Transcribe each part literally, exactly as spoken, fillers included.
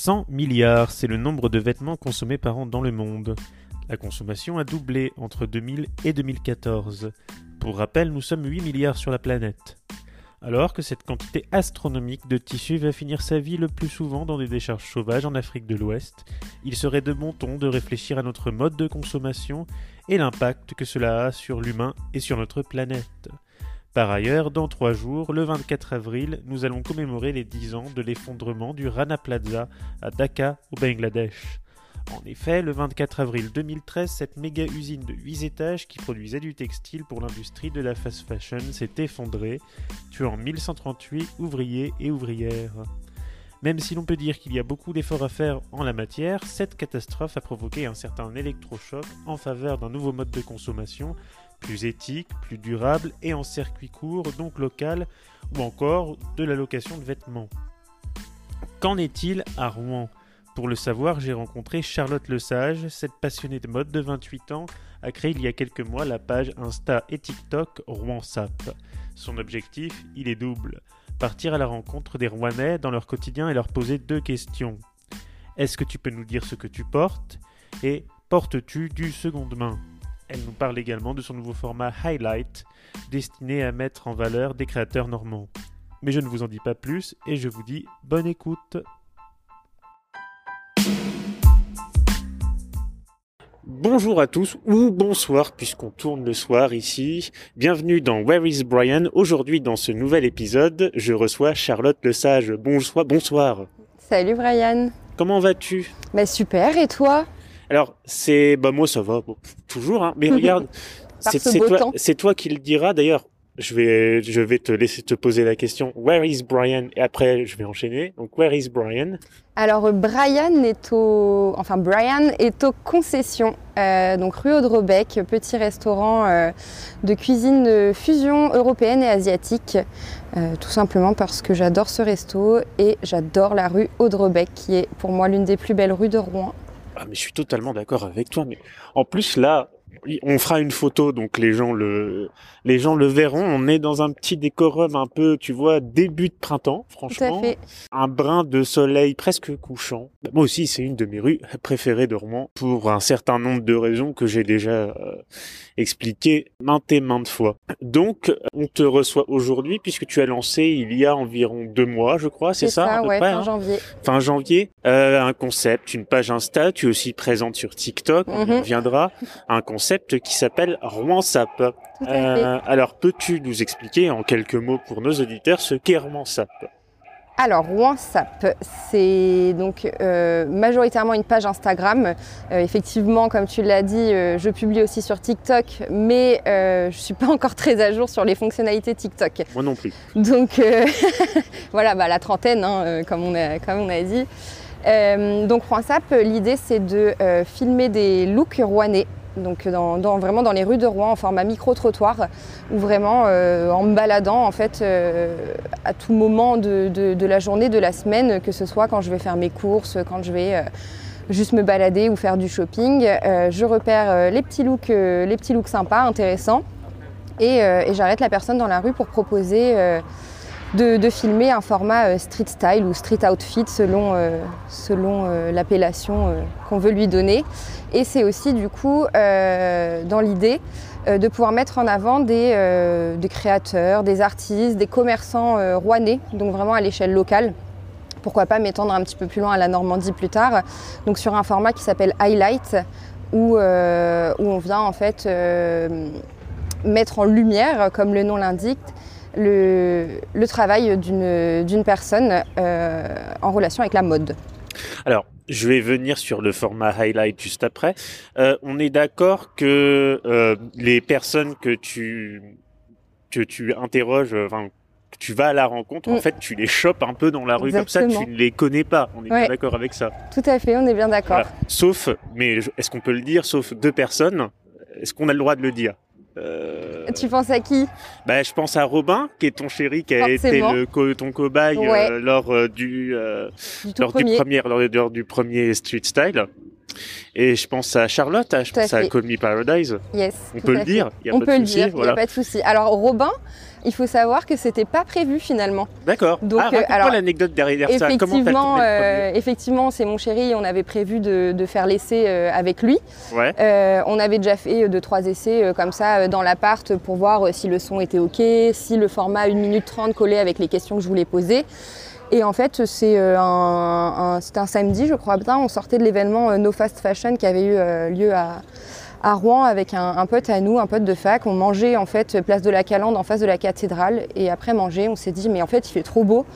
cent milliards, c'est le nombre de vêtements consommés par an dans le monde. La consommation a doublé entre deux mille et deux mille quatorze. Pour rappel, nous sommes huit milliards sur la planète. Alors que cette quantité astronomique de tissus va finir sa vie le plus souvent dans des décharges sauvages en Afrique de l'Ouest, il serait de bon ton de réfléchir à notre mode de consommation et l'impact que cela a sur l'humain et sur notre planète. Par ailleurs, dans trois jours, le vingt-quatre avril, nous allons commémorer les dix ans de l'effondrement du Rana Plaza à Dhaka, au Bangladesh. En effet, le vingt-quatre avril deux mille treize, cette méga-usine de huit étages qui produisait du textile pour l'industrie de la fast fashion s'est effondrée, tuant mille cent trente-huit ouvriers et ouvrières. Même si l'on peut dire qu'il y a beaucoup d'efforts à faire en la matière, cette catastrophe a provoqué un certain électrochoc en faveur d'un nouveau mode de consommation, plus éthique, plus durable et en circuit court, donc local, ou encore de la location de vêtements. Qu'en est-il à Rouen ? Pour le savoir, j'ai rencontré Charlotte Lesage. Cette passionnée de mode de vingt-huit ans a créé il y a quelques mois la page Insta et TikTok Rouen Sap. Son objectif, il est double. Partir à la rencontre des Rouennais dans leur quotidien et leur poser deux questions. Est-ce que tu peux nous dire ce que tu portes ? Et portes-tu du seconde main ? Elle nous parle également de son nouveau format Highlight, destiné à mettre en valeur des créateurs normands. Mais je ne vous en dis pas plus et je vous dis bonne écoute. Bonjour à tous, ou bonsoir puisqu'on tourne le soir ici. Bienvenue dans Where is Brian ? Aujourd'hui dans ce nouvel épisode, je reçois Charlotte Lesage. Bonsoir, bonsoir. Salut Brian. Comment vas-tu ? Bah super, et toi ? Alors, c'est... Bah moi ça va, bon, toujours, hein. Mais regarde, c'est, c'est, toi, c'est toi qui le diras. D'ailleurs, je vais, je vais te laisser te poser la question « Where is Brian ?» et après, je vais enchaîner. Donc, « Where is Brian ?» Alors, Brian est au... Enfin, Brian est aux concessions. Euh, donc, rue Audrebec, petit restaurant euh, de cuisine de fusion européenne et asiatique. Euh, tout simplement parce que j'adore ce resto et j'adore la rue Audrebec, qui est pour moi l'une des plus belles rues de Rouen. Ah, mais je suis totalement d'accord avec toi. Mais en plus, là... on fera une photo, donc les gens le, les gens le verront. On est dans un petit décorum un peu, tu vois, début de printemps, franchement. Tout à fait. Un brin de soleil presque couchant. Moi aussi, c'est une de mes rues préférées de Rouen pour un certain nombre de raisons que j'ai déjà euh, expliquées maintes et maintes fois. Donc, on te reçoit aujourd'hui puisque tu as lancé il y a environ deux mois, je crois, c'est, c'est ça, ça à peu ouais, près, fin hein janvier. Fin janvier, euh, un concept, une page Insta, tu es aussi présente sur TikTok, on y Mm-hmm. reviendra, un concept qui s'appelle Rouen Sap. Euh, alors, peux-tu nous expliquer en quelques mots pour nos auditeurs ce qu'est Rouen Sap ? Alors, Rouen Sap, c'est donc euh, majoritairement une page Instagram. Euh, effectivement, comme tu l'as dit, euh, je publie aussi sur TikTok, mais euh, je ne suis pas encore très à jour sur les fonctionnalités TikTok. Moi non plus. Donc, euh, voilà, bah, la trentaine, hein, comme, on a, comme on a dit. Euh, donc, Rouen Sap, l'idée, c'est de euh, filmer des looks rouennais. Donc dans, dans, vraiment dans les rues de Rouen en format micro-trottoir où vraiment euh, en me baladant en fait euh, à tout moment de, de, de la journée, de la semaine, que ce soit quand je vais faire mes courses, quand je vais euh, juste me balader ou faire du shopping, euh, je repère euh, les petits looks, euh, les petits looks sympas, intéressants et, euh, et j'arrête la personne dans la rue pour proposer euh, De, de filmer un format euh, street style ou street outfit selon, euh, selon euh, l'appellation euh, qu'on veut lui donner. Et c'est aussi du coup euh, dans l'idée euh, de pouvoir mettre en avant des, euh, des créateurs, des artistes, des commerçants euh, rouennais, donc vraiment à l'échelle locale. Pourquoi pas m'étendre un petit peu plus loin à la Normandie plus tard, donc sur un format qui s'appelle Highlight, où, euh, où on vient en fait euh, mettre en lumière, comme le nom l'indique, Le, le travail d'une, d'une personne euh, en relation avec la mode. Alors, je vais venir sur le format Highlight juste après. Euh, on est d'accord que euh, les personnes que tu, que tu interroges, enfin, que tu vas à la rencontre, mm. en fait, tu les chopes un peu dans la rue. Exactement. Comme ça, tu ne les connais pas. On est ouais. bien d'accord avec ça. Tout à fait, on est bien d'accord. Voilà. Sauf, mais est-ce qu'on peut le dire, sauf deux personnes, est-ce qu'on a le droit de le dire ? Euh... Tu penses à qui ? Bah, je pense à Robin, qui est ton chéri, qui a Forcément. été le co- ton cobaye ouais. euh, lors, euh, du, euh, du, lors, du premier, lors, lors du premier Street Style. Et je pense à Charlotte, je Tout à pense à fait. Call Me Paradise. Yes. On tout peut à le fait. dire, il y a On pas peut de le souci. dire, il n'y Voilà. a pas de souci. Alors Robin, il faut savoir que c'était pas prévu finalement. D'accord. Donc, ah, euh, raconte-moi alors, l'anecdote derrière ça. Comment t'as Effectivement, tourné le euh, effectivement, c'est mon chéri, on avait prévu de, de faire l'essai euh, avec lui. premier Ouais. Euh, on avait déjà fait euh, deux, trois essais euh, comme ça euh, dans l'appart pour voir euh, si le son était ok, si le format une minute trente collait avec les questions que je voulais poser. Et en fait, c'est euh, un, un, c'était un samedi, je crois bien, on sortait de l'événement euh, No Fast Fashion qui avait eu euh, lieu à, à Rouen avec un, un pote à nous, un pote de fac. On mangeait en fait place de la Calandre en face de la cathédrale. Et après manger, on s'est dit mais en fait il fait trop beau.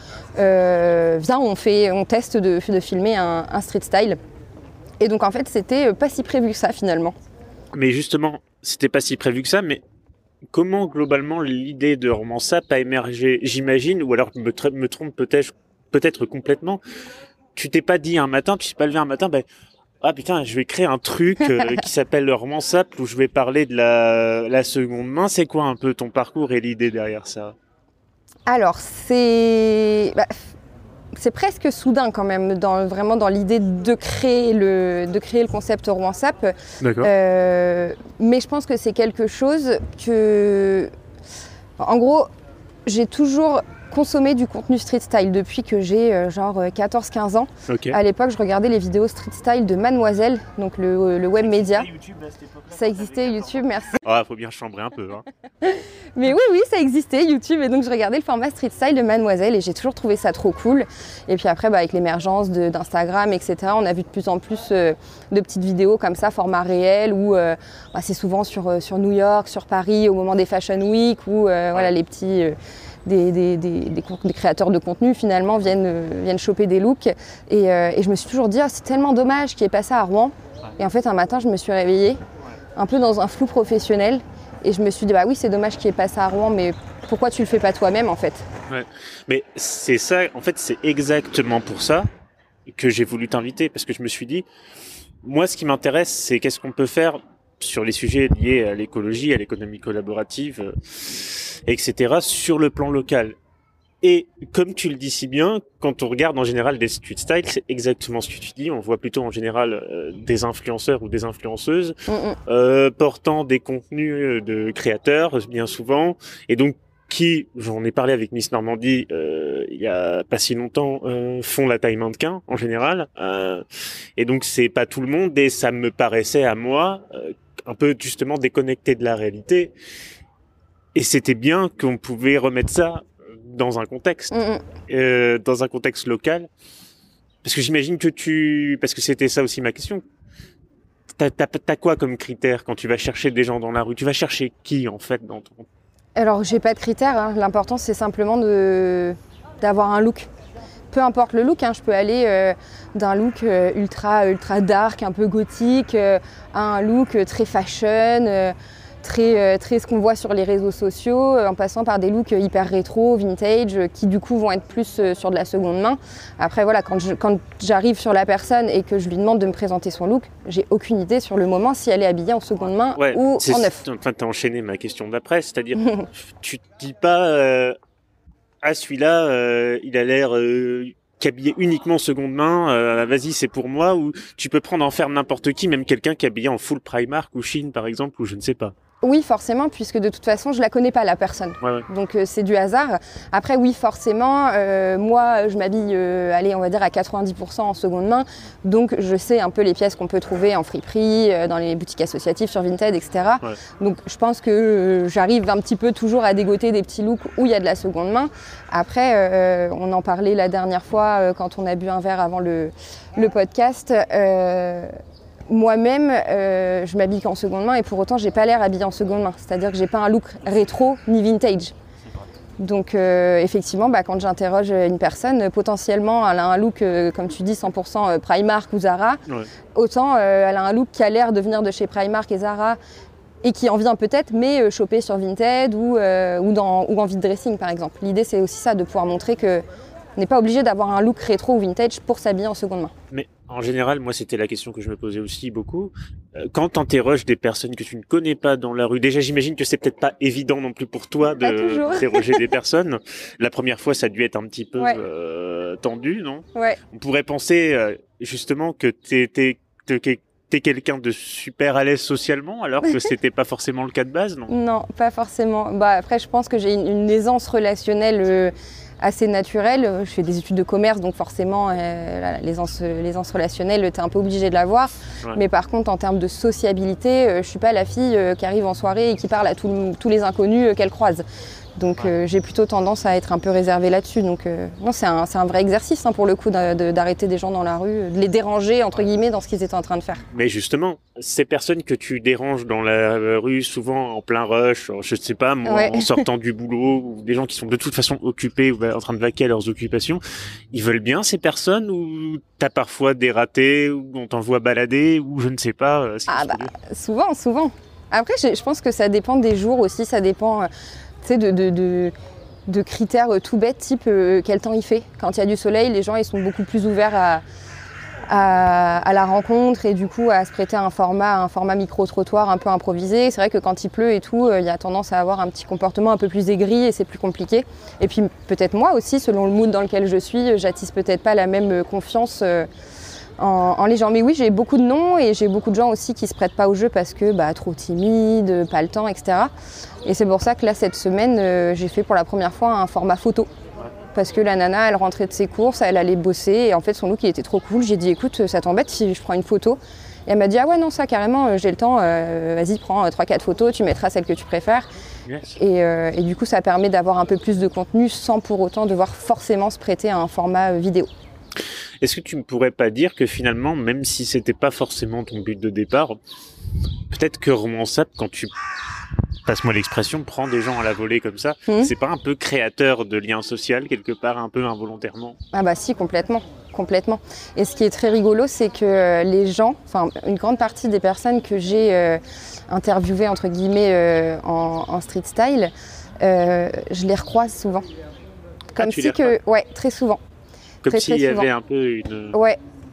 Euh, viens, on fait, on teste de, de filmer un, un street style. Et donc en fait c'était pas si prévu que ça finalement. Mais justement, c'était pas si prévu que ça, mais comment globalement l'idée de Romansap a émergé, j'imagine, ou alors me, tra- me trompe peut-être, peut-être complètement. Tu t'es pas dit un matin, tu t'es pas levé un matin, ben ah putain, je vais créer un truc euh, qui s'appelle le Romansap où je vais parler de la, la seconde main. C'est quoi un peu ton parcours et l'idée derrière ça? Alors c'est bah, c'est presque soudain quand même, dans, vraiment dans l'idée de créer le, de créer le concept Romansap. D'accord. Euh, mais je pense que c'est quelque chose que... En gros, j'ai toujours consommé du contenu street style depuis que j'ai euh, genre quatorze quinze ans. Ok. À l'époque, je regardais les vidéos street style de Mademoiselle, donc le, le web média. Ça existait YouTube, merci. Ah, faut bien chambrer un peu. Hein. Mais oui, oui, ça existait, YouTube. Et donc, je regardais le format street style de Mademoiselle et j'ai toujours trouvé ça trop cool. Et puis après, bah, avec l'émergence de, d'Instagram, et cetera, on a vu de plus en plus euh, de petites vidéos comme ça, format réel, où euh, bah, c'est souvent sur, euh, sur New York, sur Paris, au moment des Fashion Week, où euh, voilà, les petits... Euh, Des, des, des, des, des créateurs de contenu finalement viennent, euh, viennent choper des looks et, euh, et je me suis toujours dit ah, c'est tellement dommage qu'il ait pas ça à Rouen. Et en fait un matin je me suis réveillée un peu dans un flou professionnel et je me suis dit bah oui c'est dommage qu'il ait pas ça à Rouen, mais pourquoi tu le fais pas toi-même en fait? Ouais. Mais c'est ça, en fait c'est exactement pour ça que j'ai voulu t'inviter, parce que je me suis dit moi ce qui m'intéresse c'est qu'est-ce qu'on peut faire sur les sujets liés à l'écologie, à l'économie collaborative, euh, et cetera, sur le plan local. Et comme tu le dis si bien, quand on regarde en général des street styles, c'est exactement ce que tu dis. On voit plutôt en général euh, des influenceurs ou des influenceuses Mm-mm. euh, portant des contenus de créateurs, bien souvent, et donc qui, j'en ai parlé avec Miss Normandie euh, il y a pas si longtemps, euh, font la taille mannequin en général. Euh, et donc c'est pas tout le monde, et ça me paraissait à moi euh, un peu justement déconnecté de la réalité. Et c'était bien qu'on pouvait remettre ça dans un contexte, Mm-mm. euh, dans un contexte local. Parce que j'imagine que tu... Parce que c'était ça aussi ma question. T'as, t'as, t'as quoi comme critère quand tu vas chercher des gens dans la rue? Tu vas chercher qui, en fait, dans ton... Alors j'ai pas de critères, hein. L'important c'est simplement de, d'avoir un look. Peu importe le look, hein. Je peux aller euh, d'un look euh, ultra, ultra dark, un peu gothique, euh, à un look euh, très fashion, euh, très, euh, très ce qu'on voit sur les réseaux sociaux, euh, en passant par des looks hyper rétro, vintage, euh, qui du coup vont être plus euh, sur de la seconde main. Après voilà, quand, je, quand j'arrive sur la personne et que je lui demande de me présenter son look, j'ai aucune idée sur le moment si elle est habillée en seconde main Ouais, ou c'est, en neuf. Enfin, t'as enchaîné ma question d'après, c'est-à-dire, tu te dis pas, euh, ah celui-là, euh, il a l'air euh, qu'habillé uniquement en seconde main, euh, vas-y c'est pour moi, ou tu peux prendre en faire n'importe qui, même quelqu'un qui est habillé en full Primark ou Shein par exemple, ou je ne sais pas. Oui, forcément, puisque de toute façon, je la connais pas, la personne. Ouais, ouais. Donc euh, c'est du hasard. Après, oui, forcément, euh, moi, je m'habille, euh, allez, on va dire à quatre-vingt-dix pour cent en seconde main. Donc je sais un peu les pièces qu'on peut trouver en friperie, euh, dans les boutiques associatives, sur Vinted, et cetera. Ouais. Donc je pense que euh, j'arrive un petit peu toujours à dégoter des petits looks où il y a de la seconde main. Après, euh, on en parlait la dernière fois euh, quand on a bu un verre avant le, le podcast. Euh, Moi-même, euh, je m'habille qu'en seconde main et pour autant, j'ai pas l'air habillée en seconde main. C'est-à-dire que j'ai pas un look rétro ni vintage. Donc euh, effectivement, bah, quand j'interroge une personne, potentiellement, elle a un look, euh, comme tu dis, cent pour cent Primark ou Zara. Ouais. Autant, euh, elle a un look qui a l'air de venir de chez Primark et Zara et qui en vient peut-être, mais euh, chopé sur Vinted ou, euh, ou, dans, ou en vide dressing, par exemple. L'idée, c'est aussi ça, de pouvoir montrer que on n'est pas obligé d'avoir un look rétro ou vintage pour s'habiller en seconde main. Mais en général, moi, c'était la question que je me posais aussi beaucoup. Euh, quand t'interroges des personnes que tu ne connais pas dans la rue, déjà, j'imagine que c'est peut-être pas évident non plus pour toi Pas toujours. d'interroger des personnes. La première fois, ça a dû être un petit peu Ouais. euh, tendu, non? Ouais. On pourrait penser euh, justement que t'es, t'es, t'es- t'es quelqu'un de super à l'aise socialement, alors que c'était pas forcément le cas de base, non? Non, pas forcément. Bah, après, je pense que j'ai une, une aisance relationnelle euh, assez naturelle. Je fais des études de commerce, donc forcément, euh, l'aisance, l'aisance relationnelle, t'es un peu obligé de l'avoir. Ouais. Mais par contre, en termes de sociabilité, euh, je suis pas la fille euh, qui arrive en soirée et qui parle à tout, tous les inconnus euh, qu'elle croise. Donc ouais. euh, j'ai plutôt tendance à être un peu réservée là-dessus. Donc euh, non, c'est un, c'est un vrai exercice hein, pour le coup de, de, d'arrêter des gens dans la rue, de les déranger entre guillemets dans ce qu'ils étaient en train de faire. Mais justement, ces personnes que tu déranges dans la rue, souvent en plein rush, je ne sais pas, moi, ouais. en sortant du boulot, ou des gens qui sont de toute façon occupés ou en train de vaquer à leurs occupations, ils veulent bien ces personnes ou t'as parfois des ratés, ou on t'envoie balader, ou je ne sais pas. Ah bah souvent, souvent. Après, je, je pense que ça dépend des jours aussi, ça dépend. De, de, de, de critères tout bêtes, type euh, quel temps il fait. Quand il y a du soleil, les gens ils sont beaucoup plus ouverts à, à, à la rencontre et du coup à se prêter à un format, un format micro-trottoir un peu improvisé. C'est vrai que quand il pleut et tout, euh, il y a tendance à avoir un petit comportement un peu plus aigri et c'est plus compliqué. Et puis peut-être moi aussi, selon le mood dans lequel je suis, j'attise peut-être pas la même confiance euh, En, en les gens. Mais oui, j'ai beaucoup de noms et j'ai beaucoup de gens aussi qui se prêtent pas au jeu parce que bah, trop timides, pas le temps, et cetera. Et c'est pour ça que là, cette semaine, euh, j'ai fait pour la première fois un format photo. Parce que la nana, elle rentrait de ses courses, elle allait bosser et en fait, son look, il était trop cool. J'ai dit, écoute, ça t'embête si je prends une photo? Et elle m'a dit, ah ouais, non, ça carrément, j'ai le temps, euh, vas-y, prends trois quatre photos, tu mettras celle que tu préfères. Yes. Et, euh, et du coup, ça permet d'avoir un peu plus de contenu sans pour autant devoir forcément se prêter à un format euh, vidéo. Est-ce que tu ne pourrais pas dire que finalement, même si c'était pas forcément ton but de départ, peut-être que Romansap, quand tu, passe-moi l'expression, prends des gens à la volée comme ça, mmh. c'est pas un peu créateur de liens sociaux quelque part, un peu involontairement? Ah bah si, complètement, complètement. Et ce qui est très rigolo, c'est que les gens, enfin une grande partie des personnes que j'ai euh, interviewées entre guillemets euh, en, en street style, euh, je les recroise souvent. Comme ah, si que, ouais, très souvent. Comme très, s'il très y souvent. avait un peu une... Ouais,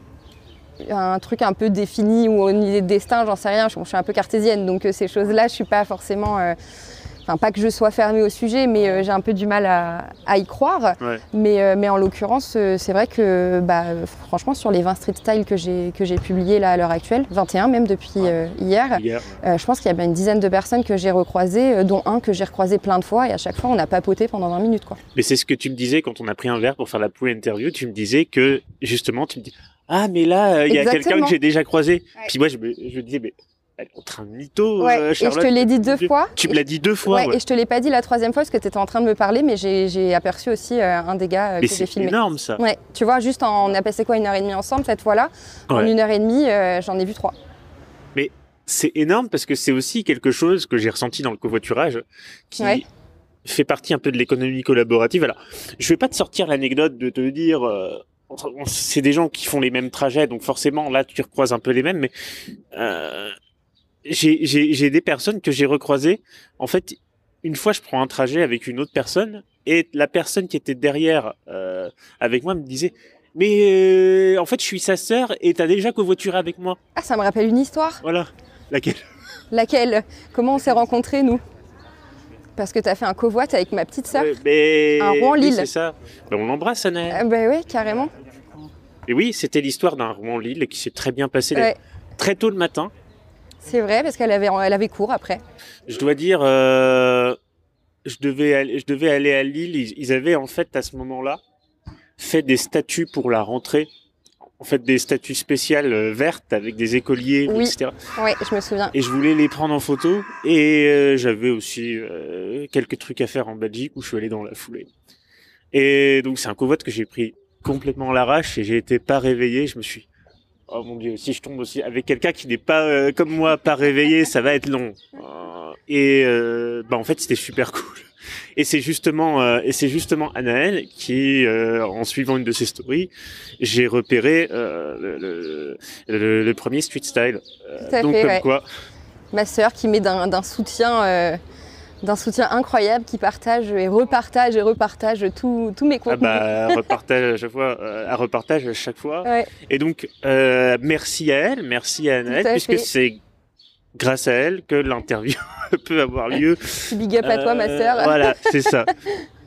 un truc un peu défini ou une idée de destin, j'en sais rien. Je, je suis un peu cartésienne, donc euh, ces choses-là, je suis pas forcément... Euh, enfin, pas que je sois fermée au sujet, mais euh, j'ai un peu du mal à, à y croire. Ouais. Mais, euh, mais en l'occurrence, euh, c'est vrai que bah, franchement, sur les vingt street style que j'ai, que j'ai publiés là, à l'heure actuelle, vingt et un même depuis euh, hier, hier. Euh, je pense qu'il y a bien une dizaine de personnes que j'ai recroisées, euh, dont un que j'ai recroisé plein de fois, et à chaque fois, on a papoté pendant vingt minutes. Quoi. Mais c'est ce que tu me disais quand on a pris un verre pour faire la pool interview, tu me disais que, justement, tu me dis « Ah, mais là, il euh, y a quelqu'un que j'ai déjà croisé. Ouais. » Puis moi, je me, je me disais « Mais elle est en train de mytho, ouais, euh, Charlotte. » Et je te l'ai dit deux fois. Tu me l'as dit deux fois. Ouais, ouais. Et je te l'ai pas dit la troisième fois parce que tu étais en train de me parler, mais j'ai, j'ai aperçu aussi euh, un des gars euh, que j'ai filmé. C'est énorme ça. Ouais, tu vois, juste en, on a passé quoi, une heure et demie ensemble cette fois-là. Ouais. En une heure et demie, euh, j'en ai vu trois. Mais c'est énorme parce que c'est aussi quelque chose que j'ai ressenti dans le covoiturage qui ouais. fait partie un peu de l'économie collaborative. Alors, je vais pas te sortir l'anecdote de te dire... Euh, c'est des gens qui font les mêmes trajets, donc forcément, là, tu recroises un peu les mêmes, mais... Euh, J'ai, j'ai, j'ai des personnes que j'ai recroisées. En fait, une fois, je prends un trajet avec une autre personne et la personne qui était derrière euh, avec moi me disait « Mais euh, en fait, je suis sa sœur et t'as déjà covoituré avec moi. » Ah, ça me rappelle une histoire. Voilà. Laquelle? Laquelle? Comment on s'est rencontrés, nous? Parce que t'as fait un covoit avec ma petite sœur. Ouais, mais... Un Rouen-Lille. Oui, c'est ça. Ben, on l'embrasse, Anna. Ah, bah oui, carrément. Et oui, c'était l'histoire d'un Rouen-Lille qui s'est très bien passé ouais. les... très tôt le matin. C'est vrai, parce qu'elle avait, elle avait cours après. Je dois dire, euh, je, devais aller, je devais aller à Lille. Ils, ils avaient en fait, à ce moment-là, fait des statues pour la rentrée. En fait, des statues spéciales euh, vertes avec des écoliers, oui. et cetera. Oui, je me souviens. Et je voulais les prendre en photo. Et euh, j'avais aussi euh, quelques trucs à faire en Belgique où je suis allé dans la foulée. Et donc, c'est un covoit que j'ai pris complètement à l'arrache et j'ai été pas réveillé. Je me suis oh mon Dieu, si je tombe aussi avec quelqu'un qui n'est pas euh, comme moi, pas réveillé, ça va être long. Euh, et euh, bah en fait, c'était super cool. Et c'est justement, euh, et c'est justement Anaël qui, euh, en suivant une de ses stories, j'ai repéré euh, le, le, le, le premier street style. Euh, Tout à donc fait, comme ouais. quoi. Ma sœur qui met d'un, d'un soutien. Euh... d'un soutien incroyable, qui partage et repartage et repartage tous tous mes contenus. Ah bah, repartage à chaque fois, euh, à repartage à chaque fois. Ouais. Et donc, euh, merci à elle, merci à Anaël, puisque fait. c'est grâce à elle que l'interview peut avoir lieu. Big up à euh, toi, ma sœur. Voilà, c'est ça.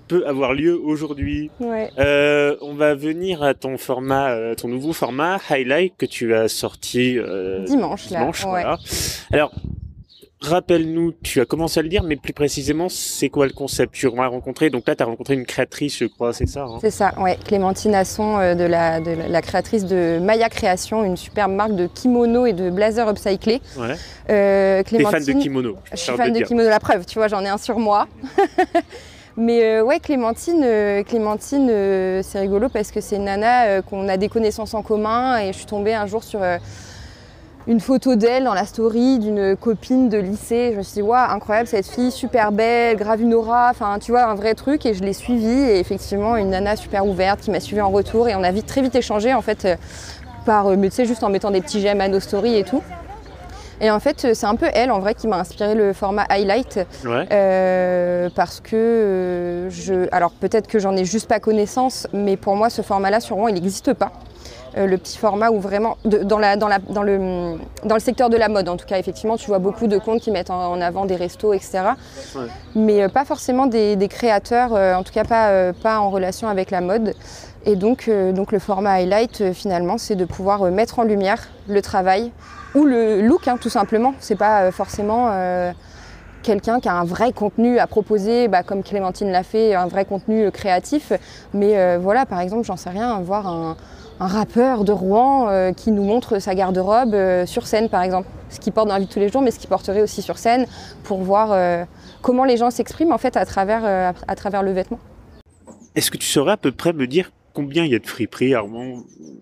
peut avoir lieu aujourd'hui. Ouais. Euh, on va venir à ton format, euh, ton nouveau format Highlight que tu as sorti euh, dimanche, dimanche là. voilà. Ouais. Alors, rappelle-nous, tu as commencé à le dire, mais plus précisément, c'est quoi le concept? Tu as rencontré, donc là, tu as rencontré une créatrice, je crois, c'est ça hein? C'est ça, ouais. Clémentine Asson, euh, de, la, de la, la créatrice de Maya Création, une superbe marque de kimono et de blazer upcyclés. Ouais. Euh, Clémentine... T'es fan de kimono? Je suis fan de, de kimono, la preuve, tu vois, j'en ai un sur moi. Mais euh, ouais, Clémentine, euh, Clémentine euh, c'est rigolo parce que c'est une nana euh, qu'on a des connaissances en commun et je suis tombée un jour sur... Euh, une photo d'elle dans la story d'une copine de lycée. Je me suis dit, waouh, incroyable cette fille, super belle, grave une aura, enfin tu vois, un vrai truc. Et je l'ai suivie et effectivement, une nana super ouverte qui m'a suivie en retour. Et on a vite, très vite échangé en fait, euh, par, euh, mais tu sais, juste en mettant des petits j'aime à nos stories et tout. Et en fait, c'est un peu elle, en vrai, qui m'a inspiré le format Highlight. Ouais. Euh, parce que euh, je... Alors peut-être que j'en ai juste pas connaissance, mais pour moi, ce format-là, sur Rouen, il n'existe pas. Euh, le petit format où vraiment, de, dans, la, dans, la, dans, le, dans le secteur de la mode en tout cas, effectivement, tu vois beaucoup de comptes qui mettent en, en avant des restos, et cetera. Ouais. Mais euh, pas forcément des, des créateurs, euh, en tout cas pas, euh, pas en relation avec la mode. Et donc, euh, donc le format Highlight, euh, finalement, c'est de pouvoir euh, mettre en lumière le travail ou le look, hein, tout simplement. C'est pas euh, forcément... Euh, quelqu'un qui a un vrai contenu à proposer, bah, comme Clémentine l'a fait, un vrai contenu créatif. Mais euh, voilà, par exemple, j'en sais rien, voir un, un rappeur de Rouen euh, qui nous montre sa garde-robe euh, sur scène, par exemple. Ce qu'il porte dans la vie de tous les jours, mais ce qu'il porterait aussi sur scène, pour voir euh, comment les gens s'expriment en fait, à travers, euh, à travers le vêtement. Est-ce que tu saurais à peu près me dire combien il y a de friperies à Rouen?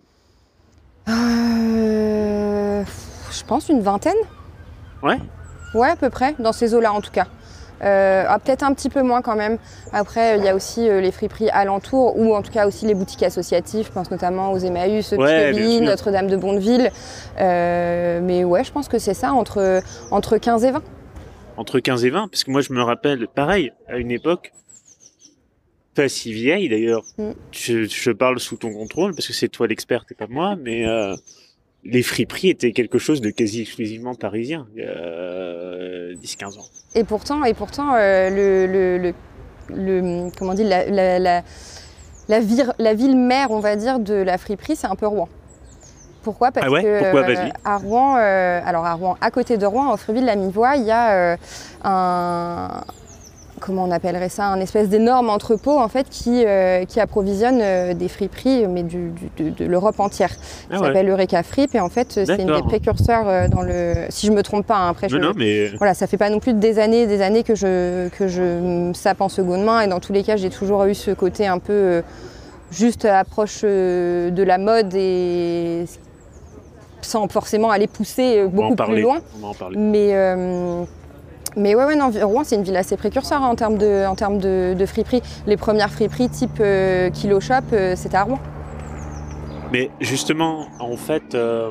euh, Je pense une vingtaine. Ouais. Ouais, à peu près, dans ces eaux-là en tout cas. Euh, ah, peut-être un petit peu moins quand même. Après, il y a aussi euh, les friperies alentours, ou en tout cas aussi les boutiques associatives. Je pense notamment aux Emmaüs, ouais, Pieville, Notre-Dame de Bondeville. Euh, mais ouais, je pense que c'est ça, entre, entre quinze et vingt. Entre quinze et vingt, parce que moi je me rappelle, pareil, à une époque, pas si vieille d'ailleurs, mm. je, je parle sous ton contrôle, parce que c'est toi l'experte et pas moi, mais... Euh... les friperies étaient quelque chose de quasi exclusivement parisien, il y a dix à quinze ans. Et pourtant, et pourtant euh, le, le, le, le, comment on dit, la, la, la, la, ville, la ville mère, on va dire, de la friperie, c'est un peu Rouen. Pourquoi? Parce ah ouais que Pourquoi euh, à Rouen, euh, alors à Rouen, à côté de Rouen, à Fréville-la-Mivoie, il y a euh, un... comment on appellerait ça, un espèce d'énorme entrepôt en fait qui, euh, qui approvisionne euh, des friperies mais du, du, de, de l'Europe entière. Ça ah ouais. s'appelle Eureka Fripe et en fait c'est une des précurseurs euh, dans le... Si je me trompe pas, hein, après je... Non, non, mais... Voilà, ça fait pas non plus des années des années que je, que je sape en seconde main et dans tous les cas j'ai toujours eu ce côté un peu euh, juste approche euh, de la mode et sans forcément aller pousser euh, beaucoup plus loin. On va en parler. Mais... Euh, Mais ouais, ouais, non, Rouen, c'est une ville assez précurseur hein, en termes de, en termes de, de friperie. Les premières friperies type euh, Kilo Shop, euh, c'était à Rouen. Mais justement, en fait, euh,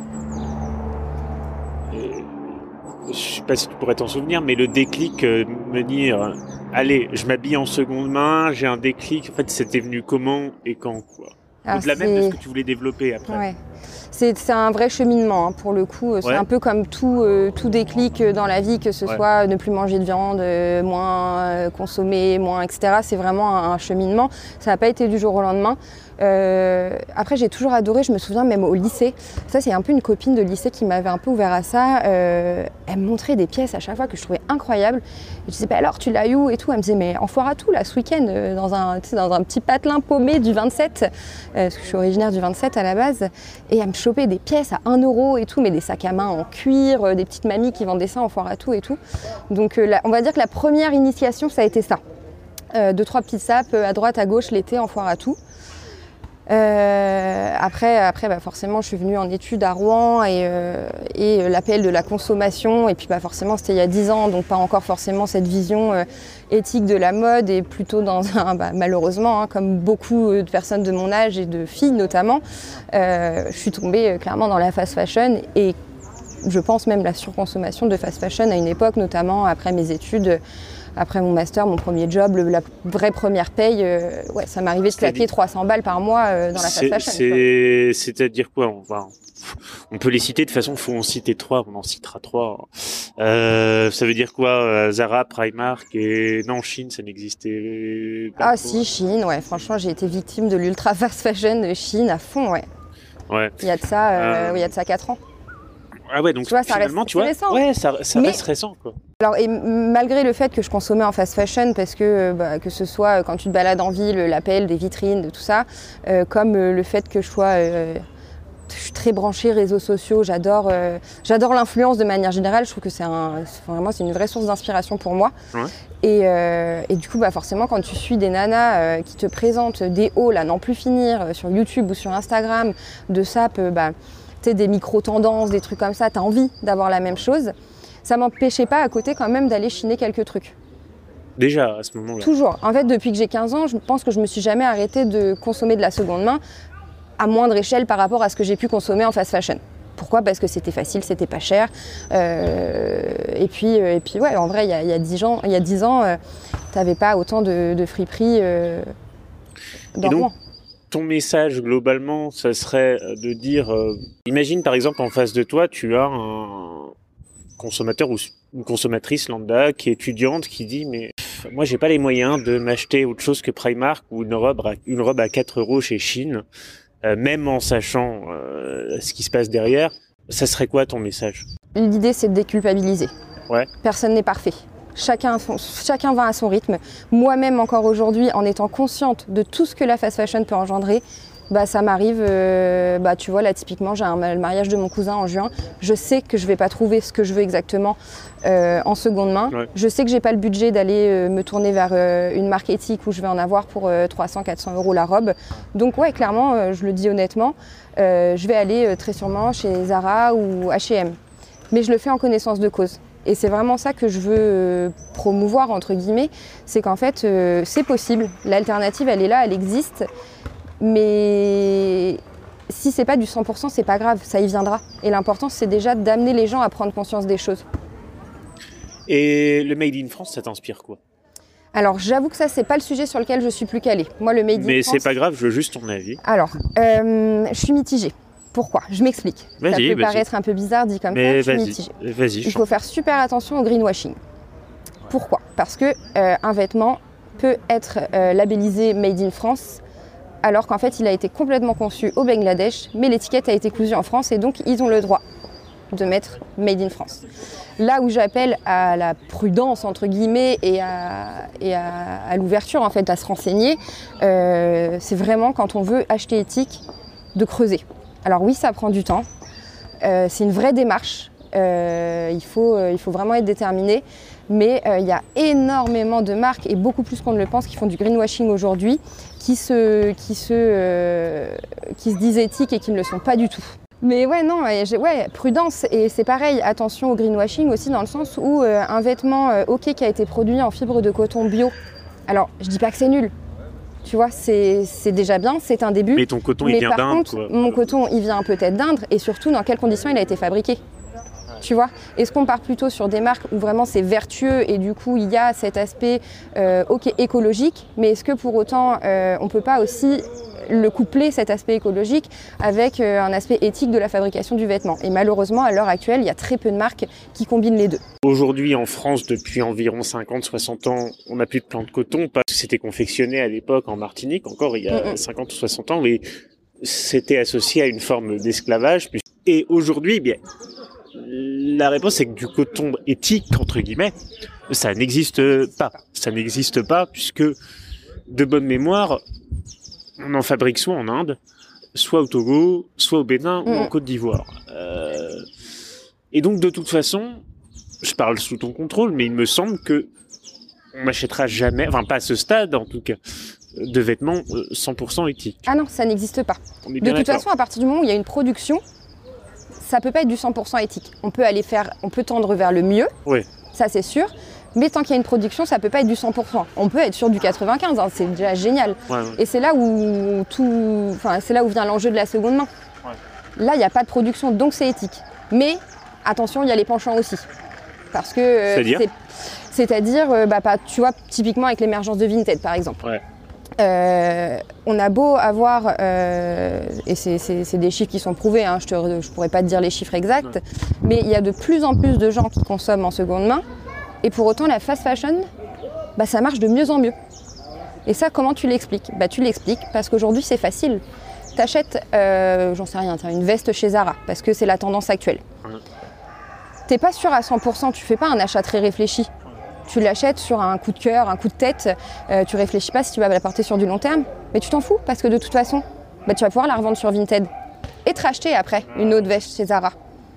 je sais pas si tu pourrais t'en souvenir, mais le déclic, euh, me dire, allez, je m'habille en seconde main, j'ai un déclic. En fait, c'était venu comment et quand, quoi. Au-delà même de ce que tu voulais développer après. Ouais. C'est, c'est un vrai cheminement hein, pour le coup. C'est ouais. un peu comme tout, euh, tout déclic dans la vie, que ce ouais. soit ne plus manger de viande, euh, moins euh, consommer, moins et cetera. C'est vraiment un, un cheminement. Ça n'a pas été du jour au lendemain. Euh, après, j'ai toujours adoré, je me souviens même au lycée. Ça, c'est un peu une copine de lycée qui m'avait un peu ouvert à ça. Euh, elle me montrait des pièces à chaque fois que je trouvais incroyables. Et je disais, bah alors, tu l'as eu où et tout. Elle me disait, mais en foire à tout, là, ce week-end, euh, dans, un, dans un petit patelin paumé du vingt-sept, euh, parce que je suis originaire du vingt-sept à la base. Et elle me chopait des pièces à un euro et tout, mais des sacs à main en cuir, euh, des petites mamies qui vendaient ça en foire à tout et tout. Donc, euh, là, on va dire que la première initiation, ça a été ça. Euh, deux, trois petites sapes à droite, à gauche, l'été, en foire à tout. Euh, après, après bah forcément, je suis venue en études à Rouen et, euh, et l'appel de la consommation. Et puis, bah forcément, c'était il y a dix ans, donc pas encore forcément cette vision euh, éthique de la mode et plutôt dans un, bah, malheureusement, hein, comme beaucoup de personnes de mon âge et de filles notamment, euh, je suis tombée euh, clairement dans la fast fashion et je pense même la surconsommation de fast fashion à une époque, notamment après mes études après mon master, mon premier job, le, la vraie première paye, euh, ouais, ça m'arrivait de claquer trois cents balles par mois euh, dans la fast fashion. C'est, c'est-à-dire quoi? On va, on peut les citer de toute façon, faut en citer trois, on en citera trois. Euh, ça veut dire quoi? Zara, Primark et non, Chine, ça n'existait pas. Ah si, Chine, ouais. Franchement, j'ai été victime de l'ultra fast fashion de Chine à fond, ouais. Ouais. Il y a de ça, euh, euh... il y a de ça quatre ans. Ah ouais, donc tu vois, finalement, ça reste, tu vois, récent. ouais, ça, ça Mais, reste récent, quoi. Alors, et malgré le fait que je consommais en fast fashion, parce que bah, que ce soit quand tu te balades en ville, l'appel des vitrines, de tout ça, euh, comme euh, le fait que je sois, euh, je suis très branchée réseaux sociaux, j'adore, euh, j'adore l'influence de manière générale. Je trouve que c'est un, vraiment c'est une vraie source d'inspiration pour moi. Ouais. Et, euh, et du coup, bah forcément, quand tu suis des nanas euh, qui te présentent des hauls à n'en plus finir euh, sur YouTube ou sur Instagram, de sap, euh, bah des micro-tendances, des trucs comme ça, tu as envie d'avoir la même chose. Ça m'empêchait pas à côté quand même d'aller chiner quelques trucs. Déjà à ce moment-là? Toujours. En fait, depuis que j'ai quinze ans, je pense que je me suis jamais arrêtée de consommer de la seconde main à moindre échelle par rapport à ce que j'ai pu consommer en fast fashion. Pourquoi? Parce que c'était facile, c'était pas cher. Euh, et, puis, et puis, ouais, en vrai, il y a, il y a dix ans, il y a dix ans euh, t'avais pas autant de, de friperies euh, dans Rouen. Ton message, globalement, ça serait de dire... Euh, imagine, par exemple, en face de toi, tu as un consommateur ou une consommatrice lambda qui est étudiante, qui dit « Mais pff, moi, j'ai pas les moyens de m'acheter autre chose que Primark ou une robe à, une robe à quatre euros chez Chine, euh, même en sachant euh, ce qui se passe derrière. » Ça serait quoi ton message? L'idée, c'est de déculpabiliser. Ouais. Personne n'est parfait. Chacun, chacun va à son rythme. Moi-même, encore aujourd'hui, en étant consciente de tout ce que la fast fashion peut engendrer, bah, ça m'arrive, euh, bah, tu vois, là, typiquement, j'ai un, le mariage de mon cousin en juin. Je sais que je ne vais pas trouver ce que je veux exactement euh, en seconde main. Ouais. Je sais que je n'ai pas le budget d'aller euh, me tourner vers euh, une marque éthique où je vais en avoir pour euh, trois cents à quatre cents euros la robe. Donc, ouais, clairement, euh, je le dis honnêtement, euh, je vais aller euh, très sûrement chez Zara ou H et M. Mais je le fais en connaissance de cause. Et c'est vraiment ça que je veux euh, promouvoir, entre guillemets, c'est qu'en fait, euh, c'est possible. L'alternative, elle est là, elle existe. Mais si c'est pas du cent pour cent, c'est pas grave, ça y viendra. Et l'important, c'est déjà d'amener les gens à prendre conscience des choses. Et le Made in France, ça t'inspire quoi? Alors, j'avoue que ça, c'est pas le sujet sur lequel je suis plus calée. Moi, le Made in Mais France... c'est pas grave, je veux juste ton avis. Alors, euh, je suis mitigée. Pourquoi? Je m'explique. Ça peut paraître un peu bizarre dit comme Mais ça, je suis mitigée. Vas-y, Il faut faire super attention au greenwashing. Pourquoi? Parce que euh, un vêtement peut être euh, labellisé Made in France, alors qu'en fait, il a été complètement conçu au Bangladesh, mais l'étiquette a été cousue en France et donc ils ont le droit de mettre Made in France. Là où j'appelle à la prudence, entre guillemets, et à, et à, à l'ouverture, en fait, à se renseigner, euh, c'est vraiment quand on veut acheter éthique, de creuser. Alors oui, ça prend du temps, euh, c'est une vraie démarche, euh, il, faut, euh, il faut vraiment être déterminé, mais euh, il y a énormément de marques, et beaucoup plus qu'on ne le pense, qui font du greenwashing aujourd'hui, qui se, qui, se, euh, qui se disent éthiques et qui ne le sont pas du tout. Mais ouais, non, ouais, prudence, et c'est pareil, attention au greenwashing aussi dans le sens où euh, un vêtement euh, ok qui a été produit en fibre de coton bio, alors je dis pas que c'est nul. Tu vois, c'est déjà bien, c'est un début. Mais ton coton, mais il vient d'Inde, quoi. Mon coton, il vient peut-être d'Inde, et surtout, dans quelles conditions il a été fabriqué. Tu vois, est-ce qu'on part plutôt sur des marques où vraiment c'est vertueux et du coup, il y a cet aspect euh, ok, écologique, mais est-ce que pour autant, euh, on ne peut pas aussi le coupler, cet aspect écologique, avec euh, un aspect éthique de la fabrication du vêtement? Et malheureusement, à l'heure actuelle, il y a très peu de marques qui combinent les deux. Aujourd'hui, en France, depuis environ cinquante à soixante ans, on n'a plus de plants de coton, parce que c'était confectionné à l'époque en Martinique, encore il y a mmh. cinquante ou soixante ans, mais c'était associé à une forme d'esclavage. Et aujourd'hui, eh bien, la réponse c'est que du coton éthique, entre guillemets, ça n'existe pas. Ça n'existe pas puisque, de bonne mémoire, on en fabrique soit en Inde, soit au Togo, soit au Bénin mmh. ou en Côte d'Ivoire. Euh... Et donc, de toute façon, je parle sous ton contrôle, mais il me semble que on n'achètera jamais, enfin pas à ce stade en tout cas, de vêtements cent pour cent éthiques. Ah non, ça n'existe pas. De toute façon, à partir du moment où il y a une production, ça peut pas être du cent pour cent éthique. On peut aller faire, on peut tendre vers le mieux, oui. Ça c'est sûr. Mais tant qu'il y a une production, ça peut pas être du cent pour cent. On peut être sur du quatre-vingt-quinze, hein, c'est déjà génial. Ouais, ouais. Et c'est là où tout, enfin c'est là où vient l'enjeu de la seconde main. Ouais. Là, il n'y a pas de production, donc c'est éthique. Mais attention, il y a les penchants aussi, parce que euh, c'est-à-dire C'est-à-dire, euh, bah, pas, tu vois, typiquement avec l'émergence de Vinted, par exemple. Ouais. Euh, on a beau avoir, euh, et c'est, c'est, c'est des chiffres qui sont prouvés, hein, je ne pourrais pas te dire les chiffres exacts, ouais. Mais il y a de plus en plus de gens qui consomment en seconde main, et pour autant la fast fashion, bah, ça marche de mieux en mieux. Et ça, comment tu l'expliques? Bah, tu l'expliques parce qu'aujourd'hui c'est facile. Tu achètes, euh, j'en sais rien, une veste chez Zara, parce que c'est la tendance actuelle. Ouais. T'es pas sûr à cent pour cent, tu fais pas un achat très réfléchi. Tu l'achètes sur un coup de cœur, un coup de tête, euh, tu réfléchis pas si tu vas la porter sur du long terme, mais tu t'en fous parce que de toute façon, bah, tu vas pouvoir la revendre sur Vinted et te racheter après une autre veste chez Zara.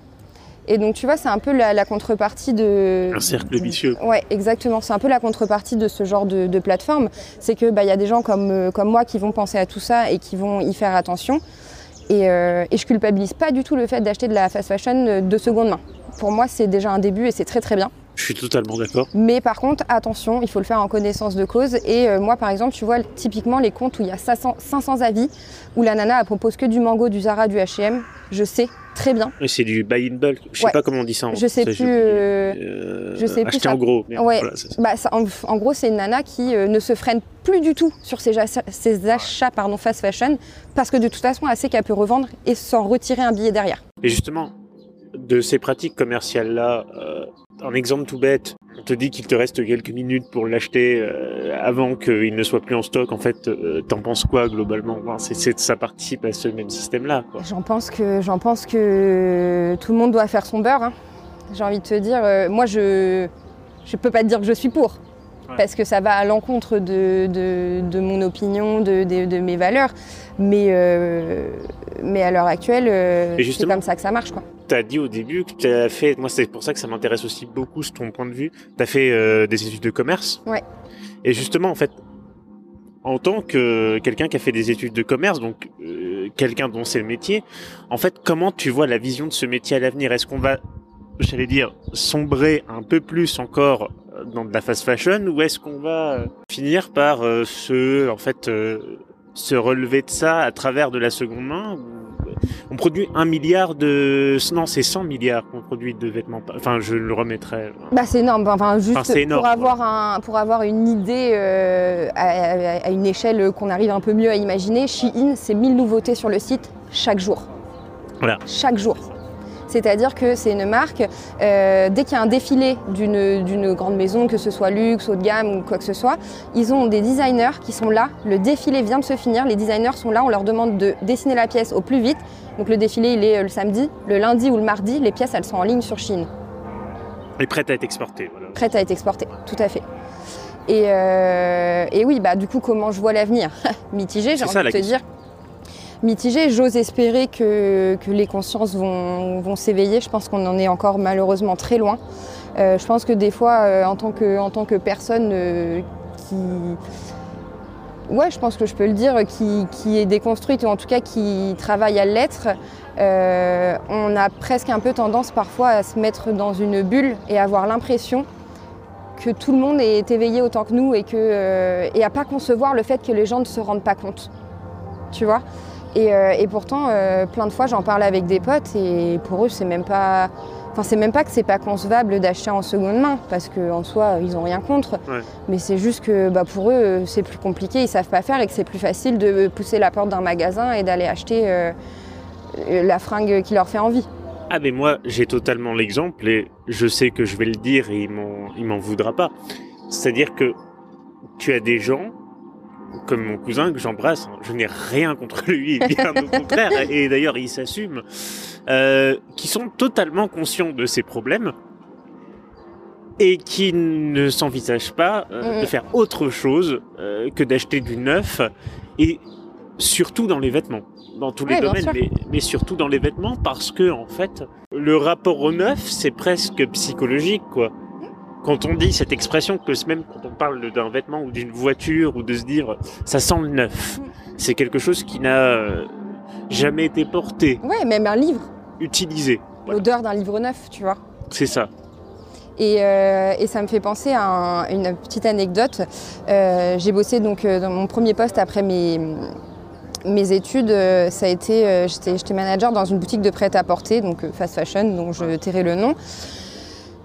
Et donc tu vois, c'est un peu la, la contrepartie de... Un cercle vicieux. Ouais, exactement. C'est un peu la contrepartie de ce genre de, de plateforme. C'est que bah, y a des gens comme, euh, comme moi qui vont penser à tout ça et qui vont y faire attention. Et, euh, et je culpabilise pas du tout le fait d'acheter de la fast fashion de seconde main. Pour moi, c'est déjà un début et c'est très très bien. Je suis totalement d'accord. Mais par contre, attention, il faut le faire en connaissance de cause. Et euh, moi, par exemple, tu vois, typiquement les comptes où il y a cinq cents avis, où la nana elle propose que du Mango, du Zara, du H et M, je sais très bien. Et c'est du buy in bulk. Je sais ouais. pas comment on dit ça en Je sais plus. Euh, euh, je sais acheter plus en gros. Mais ouais. Voilà, c'est ça. Bah, ça, en, en gros, c'est une nana qui euh, ne se freine plus du tout sur ses, ses achats pardon, fast fashion, parce que de toute façon, elle sait qu'elle peut revendre et s'en retirer un billet derrière. Et justement, de ces pratiques commerciales-là, euh, un exemple tout bête, on te dit qu'il te reste quelques minutes pour l'acheter euh, avant qu'il ne soit plus en stock. En fait, euh, t'en penses quoi globalement? Enfin, c'est, c'est, ça participe à ce même système-là, quoi. J'en pense que, j'en pense que tout le monde doit faire son beurre. Hein. J'ai envie de te dire, euh, moi je je peux pas te dire que je suis pour. Ouais. Parce que ça va à l'encontre de, de, de mon opinion, de, de, de mes valeurs. Mais, euh, mais à l'heure actuelle, euh, c'est comme ça que ça marche, quoi. Tu as dit au début que tu as fait, moi c'est pour ça que ça m'intéresse aussi beaucoup ton point de vue, tu as fait euh, des études de commerce. Ouais. Et justement, en fait, en tant que quelqu'un qui a fait des études de commerce, donc euh, quelqu'un dont c'est le métier, en fait, comment tu vois la vision de ce métier à l'avenir? Est-ce qu'on va, j'allais dire, sombrer un peu plus encore dans de la fast fashion, ou est-ce qu'on va euh, finir par euh, se, en fait, euh, se relever de ça à travers de la seconde main? On produit un milliard de... Non, c'est cent milliards qu'on produit de vêtements. Enfin, je le remettrai. Bah, c'est énorme. Enfin, juste enfin, c'est énorme, pour, avoir un, pour avoir une idée euh, à, à une échelle qu'on arrive un peu mieux à imaginer, Shein, c'est mille nouveautés sur le site chaque jour. Voilà. Chaque jour. C'est-à-dire que c'est une marque, euh, dès qu'il y a un défilé d'une, d'une grande maison, que ce soit luxe, haut de gamme ou quoi que ce soit, ils ont des designers qui sont là, le défilé vient de se finir, les designers sont là, on leur demande de dessiner la pièce au plus vite. Donc le défilé, il est le samedi, le lundi ou le mardi, les pièces, elles sont en ligne sur Shein. Et prêtes à être exportées. Voilà. Prêtes à être exportées, tout à fait. Et, euh, et oui, bah, du coup, comment je vois l'avenir? Mitigé, j'ai c'est envie ça, de te question. dire. Mitigé, j'ose espérer que, que les consciences vont, vont s'éveiller. Je pense qu'on en est encore malheureusement très loin. Euh, je pense que des fois, euh, en, tant que, en tant que personne euh, qui... Ouais, je pense que je peux le dire, qui, qui est déconstruite ou en tout cas qui travaille à l'être, euh, on a presque un peu tendance parfois à se mettre dans une bulle et avoir l'impression que tout le monde est éveillé autant que nous et, que, euh, et à pas concevoir le fait que les gens ne se rendent pas compte. Tu vois ? Et, euh, et pourtant, euh, plein de fois, j'en parle avec des potes et pour eux, c'est même pas, enfin, c'est même pas que c'est pas concevable d'acheter en seconde main, parce qu'en soi, ils ont rien contre. Ouais. Mais c'est juste que bah, pour eux, c'est plus compliqué, ils savent pas faire et que c'est plus facile de pousser la porte d'un magasin et d'aller acheter euh, la fringue qui leur fait envie. Ah mais moi, j'ai totalement l'exemple et je sais que je vais le dire et il m'en, il m'en voudra pas. C'est-à-dire que tu as des gens comme mon cousin que j'embrasse, je n'ai rien contre lui, bien au contraire, et d'ailleurs il s'assume, euh, qui sont totalement conscients de ces problèmes et qui ne s'envisagent pas euh, mmh. de faire autre chose euh, que d'acheter du neuf, et surtout dans les vêtements, dans tous les ouais, domaines, mais, mais surtout dans les vêtements, parce que en fait, le rapport au neuf, c'est presque psychologique, quoi. Quand on dit cette expression, que même quand on parle d'un vêtement ou d'une voiture, ou de se dire « ça sent le neuf », c'est quelque chose qui n'a jamais été porté. Ouais, même un livre. Utilisé. Voilà. L'odeur d'un livre neuf, tu vois. C'est ça. Et, euh, et ça me fait penser à un, une petite anecdote. Euh, j'ai bossé donc dans mon premier poste après mes, mes études. Ça a été, euh, j'étais, j'étais manager dans une boutique de prêt-à-porter, donc fast fashion, dont je tairai le nom.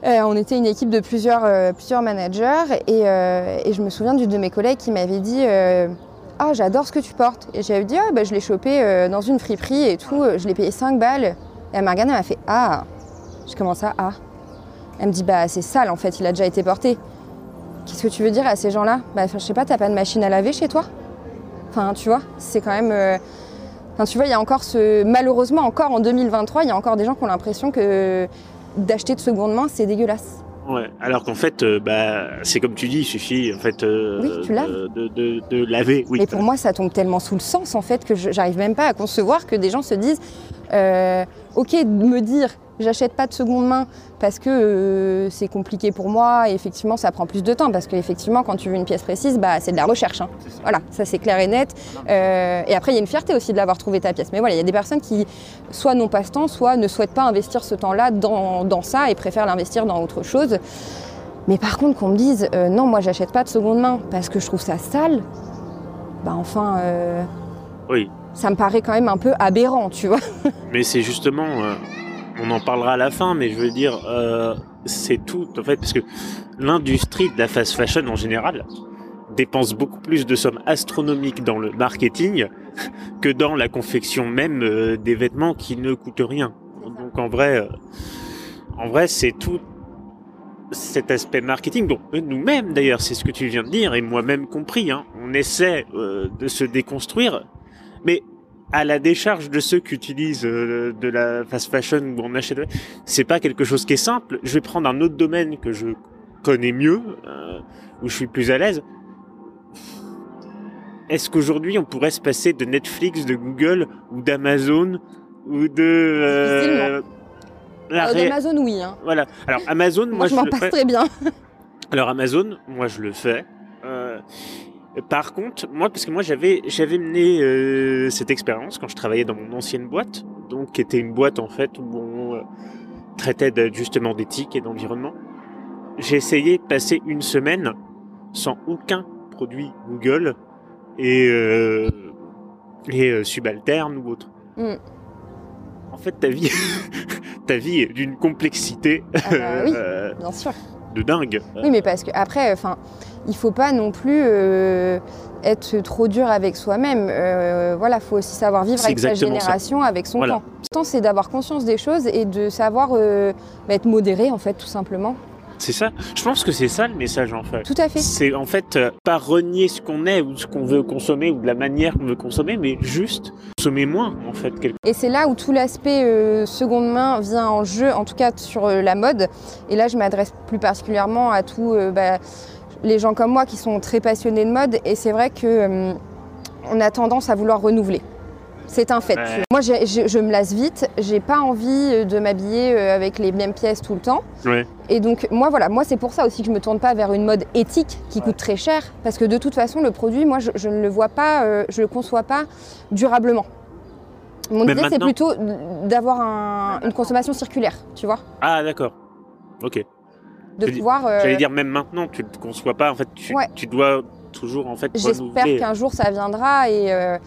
Euh, on était une équipe de plusieurs, euh, plusieurs managers et, euh, et je me souviens d'une de mes collègues qui m'avait dit euh, « Ah, j'adore ce que tu portes ». Et j'avais dit « Ah, bah, je l'ai chopé euh, dans une friperie et tout, je l'ai payé cinq balles ». Et elle m'a regardée, elle m'a fait « Ah ». Je commence à « Ah ». Elle me dit « Bah, c'est sale en fait, il a déjà été porté ». Qu'est-ce que tu veux dire à ces gens-là? Bah, je sais pas, t'as pas de machine à laver chez toi? Enfin, tu vois, c'est quand même... Euh... Enfin, tu vois, il y a encore ce... Malheureusement, encore en deux mille vingt-trois, il y a encore des gens qui ont l'impression que d'acheter de seconde main, c'est dégueulasse. Ouais, alors qu'en fait, euh, bah, c'est comme tu dis, il suffit en fait euh, oui, tu laves. De, de, de, de laver. Oui. Mais pour moi, ça tombe tellement sous le sens en fait que je, j'arrive même pas à concevoir que des gens se disent euh, ok, de me dire j'achète pas de seconde main parce que euh, c'est compliqué pour moi et effectivement ça prend plus de temps parce qu'effectivement quand tu veux une pièce précise, bah, c'est de la recherche. Hein. Ça. Voilà, ça c'est clair et net. Euh, et après il y a une fierté aussi de l'avoir trouvé ta pièce. Mais voilà, il y a des personnes qui soit n'ont pas ce temps, soit ne souhaitent pas investir ce temps-là dans, dans ça et préfèrent l'investir dans autre chose. Mais par contre qu'on me dise euh, non, moi j'achète pas de seconde main parce que je trouve ça sale, bah enfin euh, oui. Ça me paraît quand même un peu aberrant, tu vois. Mais c'est justement... Euh... On en parlera à la fin, mais je veux dire, euh, c'est tout, en fait, parce que l'industrie de la fast fashion en général dépense beaucoup plus de sommes astronomiques dans le marketing que dans la confection même euh, des vêtements qui ne coûtent rien. Donc en vrai, euh, en vrai, c'est tout cet aspect marketing. Bon, nous-mêmes d'ailleurs, c'est ce que tu viens de dire, et moi-même compris, hein, on essaie euh, de se déconstruire, mais à la décharge de ceux qui utilisent euh, de la fast fashion où on achète, c'est pas quelque chose qui est simple. Je vais prendre un autre domaine que je connais mieux, euh, où je suis plus à l'aise. Est-ce qu'aujourd'hui on pourrait se passer de Netflix, de Google ou d'Amazon ou de euh, la euh, ré... d'Amazon, oui. Hein. Voilà. Alors Amazon, moi, moi je, je m'en le passe fais. Très bien. Alors Amazon, moi je le fais. Euh, Par contre, moi, parce que moi j'avais j'avais mené euh, cette expérience quand je travaillais dans mon ancienne boîte, donc qui était une boîte en fait où on euh, traitait de, justement d'éthique et d'environnement. J'ai essayé de passer une semaine sans aucun produit Google et euh, et euh, subalterne ou autre. Mm. En fait, ta vie, ta vie est d'une complexité. Ah bah, oui, euh, bien sûr. De dingue. Oui, mais parce que après, enfin. Il ne faut pas non plus euh, être trop dur avec soi-même. Euh, voilà, il faut aussi savoir vivre avec sa génération, ça. Avec son voilà. temps. Le temps, c'est d'avoir conscience des choses et de savoir euh, être modéré, en fait, tout simplement. C'est ça. Je pense que c'est ça le message, en fait. Tout à fait. C'est en fait euh, pas renier ce qu'on est ou ce qu'on veut consommer ou de la manière qu'on veut consommer, mais juste consommer moins, en fait. Quelque... Et c'est là où tout l'aspect euh, seconde main vient en jeu, en tout cas sur euh, la mode. Et là, je m'adresse plus particulièrement à tout... Euh, bah, les gens comme moi qui sont très passionnés de mode et c'est vrai qu'on euh, a tendance à vouloir renouveler. C'est un fait. Ouais. Moi, j'ai, je, je me lasse vite. J'ai pas envie de m'habiller avec les mêmes pièces tout le temps. Ouais. Et donc, moi, voilà, moi, c'est pour ça aussi que je me tourne pas vers une mode éthique qui coûte très cher, parce que de toute façon, le produit, moi, je, je ne le vois pas, euh, je le conçois pas durablement. Mon idée, c'est plutôt d'avoir un, une consommation circulaire, tu vois. Ah, d'accord. Ok. De pouvoir, euh... J'allais dire même maintenant, tu ne te conçois pas, en fait, tu, ouais. tu dois toujours en fait J'espère renouveler. qu'un jour ça viendra et, euh,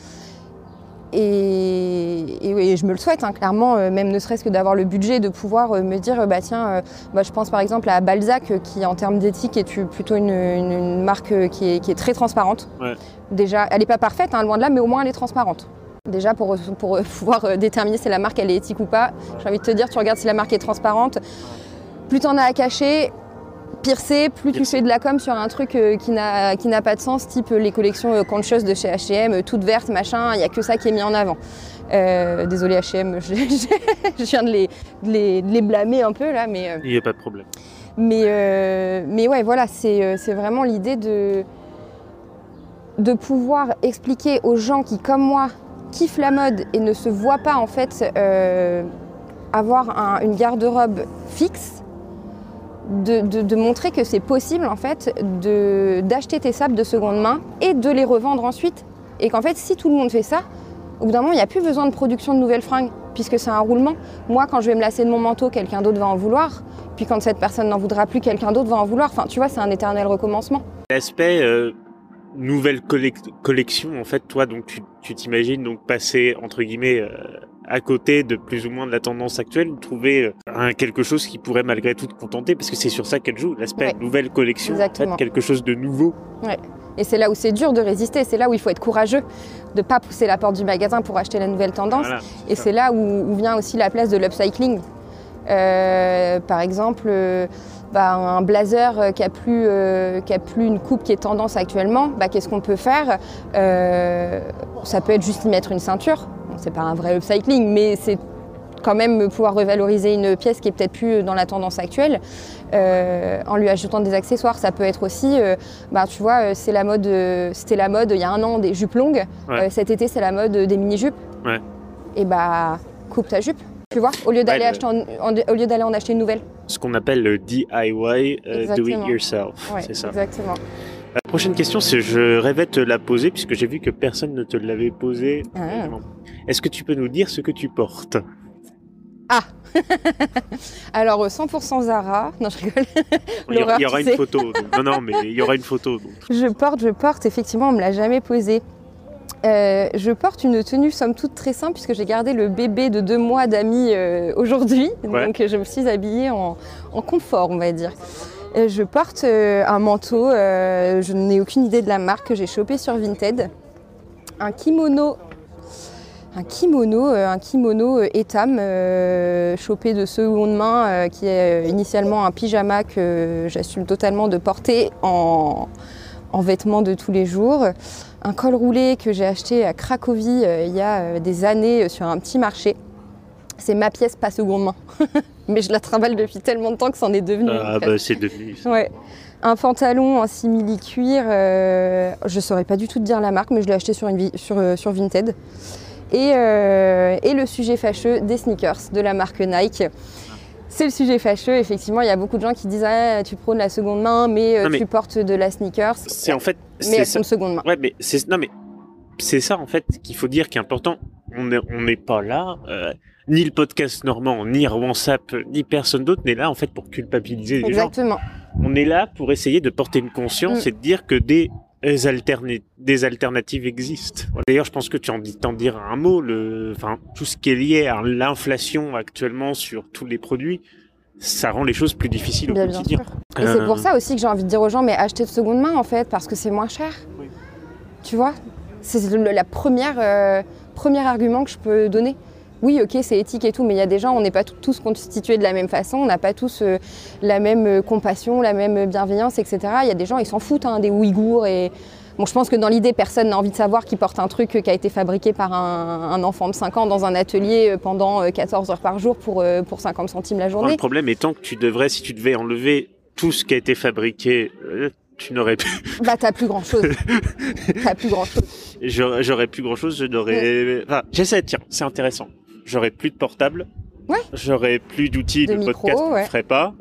et, et, et je me le souhaite, hein, clairement, euh, même ne serait-ce que d'avoir le budget de pouvoir euh, me dire, euh, bah tiens, euh, bah, je pense par exemple à Balzac euh, qui en termes d'éthique est plutôt une, une, une marque euh, qui, est, qui est très transparente. Ouais. Déjà, elle n'est pas parfaite, hein, loin de là, mais au moins elle est transparente. Déjà, pour, pour euh, pouvoir euh, déterminer si la marque elle est éthique ou pas, j'ai envie de te dire, tu regardes si la marque est transparente. Plus t'en as à cacher, pire c'est, plus tu fais de la com sur un truc euh, qui n'a qui n'a pas de sens, type euh, les collections euh, Conscious de chez H et M, euh, toutes vertes, machin, il n'y a que ça qui est mis en avant. Euh, désolé H et M, je, je viens de les, de, les, de les blâmer un peu là, mais... Euh, il n'y a pas de problème. Mais, euh, mais ouais, voilà, c'est euh, c'est vraiment l'idée de, de pouvoir expliquer aux gens qui, comme moi, kiffent la mode et ne se voient pas en fait euh, avoir un, une garde-robe fixe, De, de, de montrer que c'est possible en fait de, d'acheter tes sapes de seconde main et de les revendre ensuite. Et qu'en fait, si tout le monde fait ça, au bout d'un moment, il n'y a plus besoin de production de nouvelles fringues, puisque c'est un roulement. Moi, quand je vais me lasser de mon manteau, quelqu'un d'autre va en vouloir. Puis quand cette personne n'en voudra plus, quelqu'un d'autre va en vouloir. Enfin, tu vois, c'est un éternel recommencement. L'aspect euh, nouvelle collec- collection, en fait, toi, donc tu, tu t'imagines donc passer, entre guillemets, euh, à côté de plus ou moins de la tendance actuelle, trouver un, quelque chose qui pourrait malgré tout te contenter, parce que c'est sur ça qu'elle joue, l'aspect ouais. nouvelle collection, en fait, quelque chose de nouveau. Ouais. Et c'est là où c'est dur de résister, c'est là où il faut être courageux, de ne pas pousser la porte du magasin pour acheter la nouvelle tendance. Voilà, et c'est là où, où vient aussi la place de l'upcycling. Euh, par exemple, euh, bah, un blazer qui n'a plus, euh, qui a plus une coupe qui est tendance actuellement, bah, qu'est-ce qu'on peut faire? euh, Ça peut être juste y mettre une ceinture. Bon, c'est pas un vrai upcycling, mais c'est quand même pouvoir revaloriser une pièce qui est peut-être plus dans la tendance actuelle euh, en lui ajoutant des accessoires. Ça peut être aussi, euh, bah, tu vois, c'est la mode, euh, c'était la mode il y a un an des jupes longues. Ouais. Euh, cet été, c'est la mode des mini-jupes. Ouais. Et bah, coupe ta jupe. Tu vois, au lieu d'aller ouais, acheter en, en, au lieu d'aller en acheter une nouvelle. Ce qu'on appelle le D I Y, uh, do it yourself. Ouais, c'est ça. Exactement. La prochaine question, c'est je rêvais te la poser puisque j'ai vu que personne ne te l'avait posée. Ah. Est-ce que tu peux nous dire ce que tu portes? Ah. Alors cent pour cent Zara. Non, je rigole. Il y aura, il y aura une photo. Donc, non, non, mais il y aura une photo. Donc. Je porte, je porte. Effectivement, on me l'a jamais posé. Euh, je porte une tenue somme toute très simple puisque j'ai gardé le bébé de deux mois d'amis euh, aujourd'hui. Ouais. Donc je me suis habillée en, en confort, on va dire. Et je porte euh, un manteau, euh, je n'ai aucune idée de la marque, que j'ai chopé sur Vinted. Un kimono, un kimono, euh, un kimono euh, Etam, euh, chopé de seconde main, euh, qui est euh, initialement un pyjama que j'assume totalement de porter en, en vêtements de tous les jours. Un col roulé que j'ai acheté à Cracovie euh, il y a euh, des années euh, sur un petit marché. C'est ma pièce, pas seconde main. Mais je la trimballe depuis tellement de temps que c'en est devenu. Ah bah c'est devenu. Ouais. Un pantalon en simili-cuir, euh, je ne saurais pas du tout te dire la marque, mais je l'ai acheté sur, une, sur, euh, sur Vinted. Et, euh, et le sujet fâcheux des sneakers de la marque Nike. C'est le sujet fâcheux, effectivement, il y a beaucoup de gens qui disent ah, tu prônes la seconde main, mais, non, mais tu portes de la sneakers. C'est en fait, mais elles sont de seconde main. Ouais, mais c'est non mais c'est ça en fait qu'il faut dire qui est important. On n'est on n'est pas là, euh, ni le podcast normand, ni Rwansap, ni personne d'autre n'est là en fait pour culpabiliser les Exactement. gens. On est là pour essayer de porter une conscience mm. et de dire que des Alterné- des alternatives existent. D'ailleurs, je pense que tu en dis t'en dire un mot. Le, enfin, tout ce qui est lié à l'inflation actuellement sur tous les produits, ça rend les choses plus difficiles au bien, quotidien. Bien sûr. Et euh... c'est pour ça aussi que j'ai envie de dire aux gens, mais achetez de seconde main en fait, parce que c'est moins cher. Oui. Tu vois, c'est le la première euh, premier argument que je peux donner. Oui, ok, c'est éthique et tout, mais il y a des gens, on n'est pas tous constitués de la même façon, on n'a pas tous euh, la même euh, compassion, la même bienveillance, et cetera. Il y a des gens, ils s'en foutent, hein, des Ouïghours. Et... Bon, je pense que dans l'idée, personne n'a envie de savoir qu'ils portent un truc qui a été fabriqué par un, un enfant de cinq ans dans un atelier pendant quatorze heures par jour pour, euh, pour cinquante centimes la journée. Non, le problème étant que tu devrais, si tu devais enlever tout ce qui a été fabriqué... Euh... Tu n'aurais plus... Bah, t'as plus grand-chose. T'as plus grand-chose. J'aurais, j'aurais plus grand-chose, je n'aurais... Enfin, j'essaie, tiens, c'est intéressant. J'aurais plus de portable. Ouais. J'aurais plus d'outils de, de micro, podcast qu'on ne ouais. ferait pas.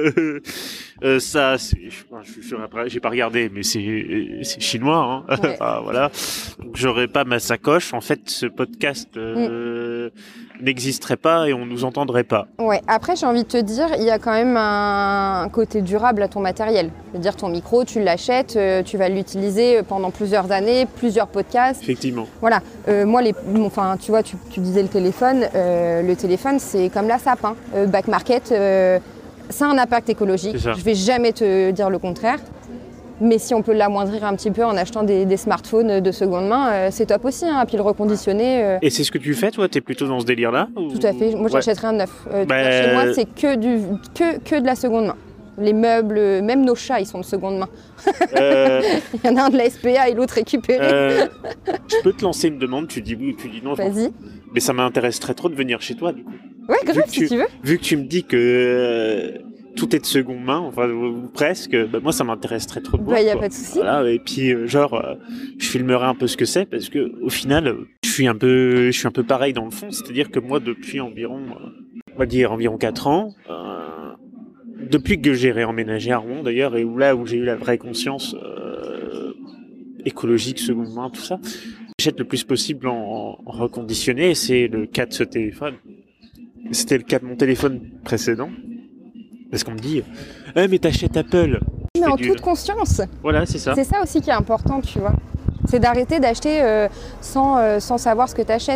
euh, ça, c'est... Je, je, je, j'ai pas regardé, mais c'est, c'est chinois. Hein. Ouais. Enfin, voilà. Donc, j'aurais pas ma sacoche. En fait, ce podcast... Euh, mm. n'existerait pas et on nous entendrait pas. Ouais. Après, j'ai envie de te dire, il y a quand même un côté durable à ton matériel. Je veux dire, ton micro, tu l'achètes, euh, tu vas l'utiliser pendant plusieurs années, plusieurs podcasts. Effectivement. Voilà. Euh, moi, les, enfin, tu vois, tu, tu disais le téléphone. Euh, le téléphone, c'est comme la sape. Hein. Euh, back market, euh, c'est un impact écologique. Je vais jamais te dire le contraire. Mais si on peut l'amoindrir un petit peu en achetant des, des smartphones de seconde main, euh, c'est top aussi, hein, puis le reconditionner. Euh... Et c'est ce que tu fais, toi? T'es plutôt dans ce délire-là ou... Tout à fait. Moi, j'achèterais ouais. un neuf. Euh, bah... Chez moi, c'est que, du, que, que de la seconde main. Les meubles, même nos chats, ils sont de seconde main. Euh... Il y en a un de la S P A et l'autre récupéré. Euh... Je peux te lancer une demande, tu dis oui ou tu dis non. Vas-y. Mais ça m'intéresserait trop de venir chez toi, du coup. Ouais, grave, si tu, tu veux. Vu que tu me dis que... Euh... tout est de seconde main, enfin ou presque, bah, moi ça m'intéresserait trop de voir. Bah, y a pas de souci. Voilà, et puis euh, genre, euh, je filmerai un peu ce que c'est parce que au final, euh, je suis un peu, je suis un peu pareil dans le fond, c'est-à-dire que moi depuis environ, euh, on va dire environ quatre ans, euh, depuis que j'ai réemménagé à Rouen d'ailleurs et où là où j'ai eu la vraie conscience euh, écologique, seconde main, tout ça, j'achète le plus possible en, en reconditionné. Et c'est le cas de ce téléphone. C'était le cas de mon téléphone précédent. Parce qu'on me dit, eh, mais t'achètes Apple. Mais en du... toute conscience. Voilà, c'est ça. C'est ça aussi qui est important, tu vois. C'est d'arrêter d'acheter euh, sans, euh, sans savoir ce que t'achètes.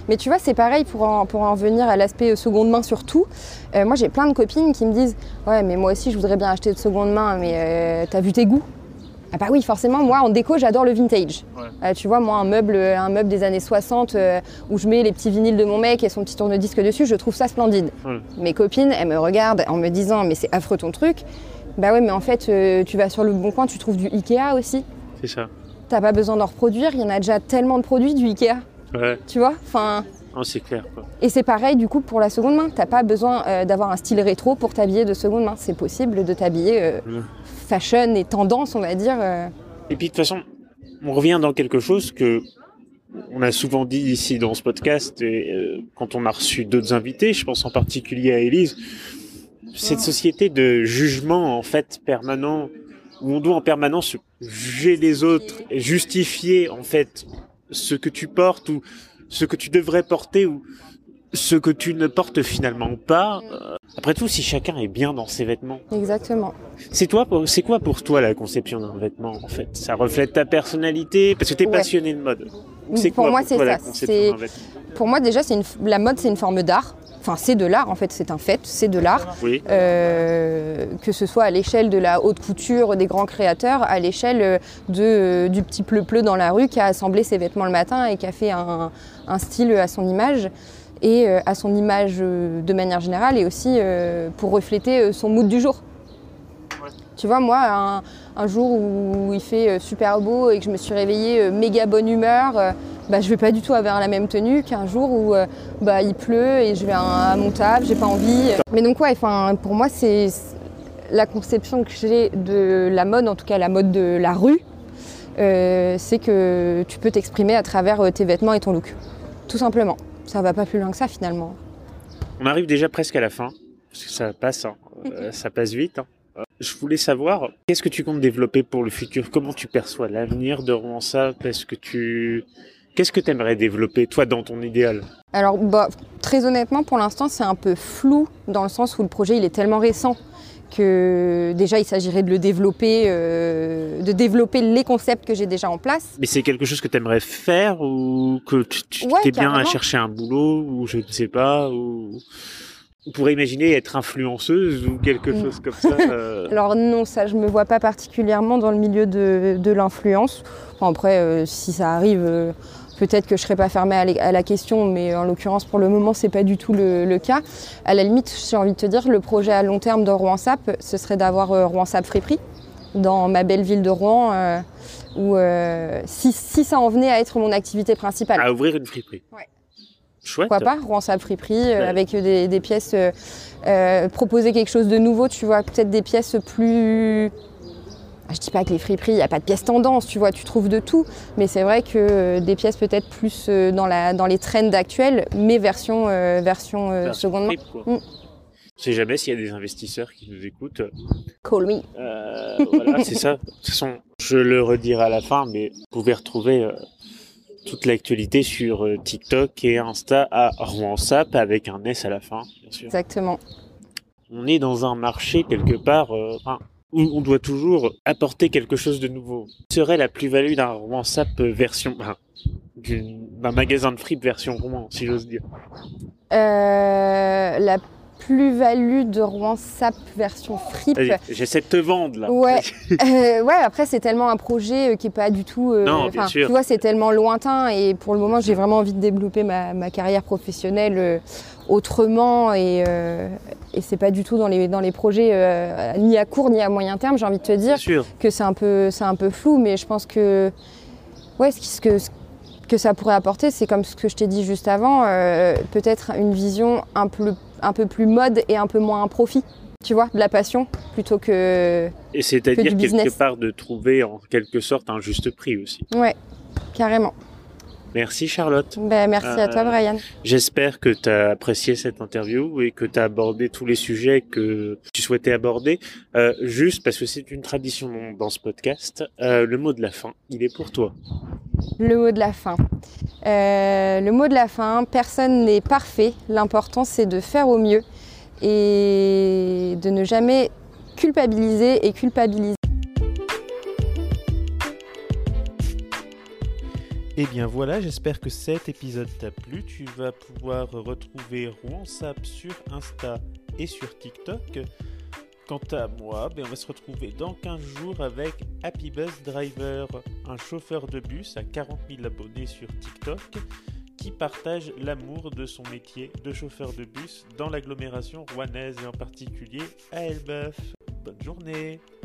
Mais tu vois, c'est pareil pour en, pour en venir à l'aspect seconde main surtout. Euh, moi, j'ai plein de copines qui me disent « Ouais, mais moi aussi, je voudrais bien acheter de seconde main, mais euh, t'as vu tes goûts ?» Ah bah oui, forcément, moi, en déco, j'adore le vintage. Ouais. Euh, tu vois, moi, un meuble, un meuble des années soixante euh, où je mets les petits vinyles de mon mec et son petit tourne-disque dessus, je trouve ça splendide. Ouais. Mes copines, elles me regardent en me disant « Mais c'est affreux ton truc ». Bah ouais, mais en fait, euh, tu vas sur le Bon Coin, tu trouves du Ikea aussi. C'est ça. T'as pas besoin d'en reproduire, il y en a déjà tellement de produits du Ikea. Ouais. Tu vois, enfin. Oh, c'est clair, quoi. Et c'est pareil du coup pour la seconde main. T'as pas besoin euh, d'avoir un style rétro pour t'habiller de seconde main. C'est possible de t'habiller euh, ouais. fashion et tendance, on va dire. Euh... Et puis de toute façon, on revient dans quelque chose que on a souvent dit ici dans ce podcast et euh, quand on a reçu d'autres invités, je pense en particulier à Élise, cette société de jugement en fait permanent où on doit en permanence juger les autres, et justifier en fait ce que tu portes ou ce que tu devrais porter ou ce que tu ne portes finalement pas. Après tout, si chacun est bien dans ses vêtements. Exactement. C'est toi, c'est quoi pour toi la conception d'un vêtement en fait? Ça reflète ta personnalité parce que tu es ouais. passionné de mode. C'est pour quoi moi, pour c'est toi ça. la conception d'un vêtement? Pour moi, déjà, c'est une... la mode, c'est une forme d'art. Enfin, c'est de l'art, en fait, c'est un fait, c'est de l'art. Oui. Euh, que ce soit à l'échelle de la haute couture, des grands créateurs, à l'échelle de, du petit pleu-pleu dans la rue qui a assemblé ses vêtements le matin et qui a fait un, un style à son image, et à son image de manière générale, et aussi pour refléter son mood du jour. Ouais. Tu vois, moi, un, un jour où il fait super beau et que je me suis réveillée méga bonne humeur, bah, je vais pas du tout avoir la même tenue qu'un jour où euh, bah, il pleut et je vais à mon taf, j'ai pas envie. Mais donc ouais, pour moi, c'est la conception que j'ai de la mode, en tout cas la mode de la rue, euh, c'est que tu peux t'exprimer à travers tes vêtements et ton look. Tout simplement. Ça va pas plus loin que ça finalement. On arrive déjà presque à la fin, parce que ça passe, hein. euh, ça passe vite. Hein. Je voulais savoir, qu'est-ce que tu comptes développer pour le futur? Comment tu perçois l'avenir de Rwansap? Est-ce que tu... Qu'est-ce que tu aimerais développer, toi, dans ton idéal? Alors, bah, très honnêtement, pour l'instant, c'est un peu flou, dans le sens où le projet il est tellement récent que déjà, il s'agirait de le développer, euh, de développer les concepts que j'ai déjà en place. Mais c'est quelque chose que tu aimerais faire ou que tu, tu ouais, t'es bien carrément. à chercher un boulot ou je ne sais pas ou... On pourrait imaginer être influenceuse ou quelque chose comme ça. Euh... Alors non, ça je me vois pas particulièrement dans le milieu de, de l'influence. Enfin, après, euh, si ça arrive, euh, peut-être que je serais pas fermée à, à la question, mais en l'occurrence pour le moment c'est pas du tout le, le cas. À la limite, j'ai envie de te dire, le projet à long terme de Rwansap, ce serait d'avoir euh, Rwansap Friperie dans ma belle ville de Rouen, euh, où euh, si, si ça en venait à être mon activité principale. À ouvrir une friperie. Ouais. Chouette. Pourquoi pas, Rwansap Friperie, euh, ouais. avec des, des pièces, euh, euh, proposer quelque chose de nouveau, tu vois, peut-être des pièces plus... Je dis pas que les friperies, il n'y a pas de pièces tendance, tu vois, tu trouves de tout, mais c'est vrai que euh, des pièces peut-être plus euh, dans, la, dans les trends actuels, mais version, euh, version, euh, version seconde main. Mm. On ne sait jamais s'il y a des investisseurs qui nous écoutent. Call me. Euh, voilà, c'est ça. De toute façon, je le redirai à la fin, mais vous pouvez retrouver... Euh, toute l'actualité sur euh, TikTok et Insta à Rwansap avec un S à la fin, bien sûr. Exactement. On est dans un marché quelque part euh, enfin, où on doit toujours apporter quelque chose de nouveau. Quelle serait la plus-value d'un Rwansap version, enfin, d'un magasin de fripe version Rouen, si j'ose dire? euh, La plus-value de Rwansap version fripe. J'essaie de te vendre là. Ouais, euh, ouais après c'est tellement un projet qui est pas du tout... Euh, non, bien sûr. Tu vois, c'est tellement lointain et pour le moment j'ai vraiment envie de développer ma, ma carrière professionnelle euh, autrement et, euh, et c'est pas du tout dans les, dans les projets euh, ni à court ni à moyen terme, j'ai envie de te dire que c'est un peu, c'est un peu flou, mais je pense que, ouais, ce, qui, ce que, ce que ça pourrait apporter, c'est comme ce que je t'ai dit juste avant, euh, peut-être une vision un peu un peu plus mode et un peu moins un profit, tu vois, de la passion plutôt que et c'est-à-dire quelque part de trouver en quelque sorte un juste prix aussi. Ouais, carrément. Merci Charlotte. Ben, merci euh, à toi Brian. J'espère que tu as apprécié cette interview et que tu as abordé tous les sujets que tu souhaitais aborder. Euh, juste parce que c'est une tradition dans, dans ce podcast, euh, le mot de la fin, il est pour toi. Le mot de la fin. Euh, le mot de la fin, personne n'est parfait. L'important, c'est de faire au mieux et de ne jamais culpabiliser et culpabiliser. Et bien voilà, j'espère que cet épisode t'a plu. Tu vas pouvoir retrouver Rouensap sur Insta et sur TikTok. Quant à moi, ben on va se retrouver dans quinze jours avec Happy Bus Driver, un chauffeur de bus à quarante mille abonnés sur TikTok qui partage l'amour de son métier de chauffeur de bus dans l'agglomération rouennaise et en particulier à Elbeuf. Bonne journée!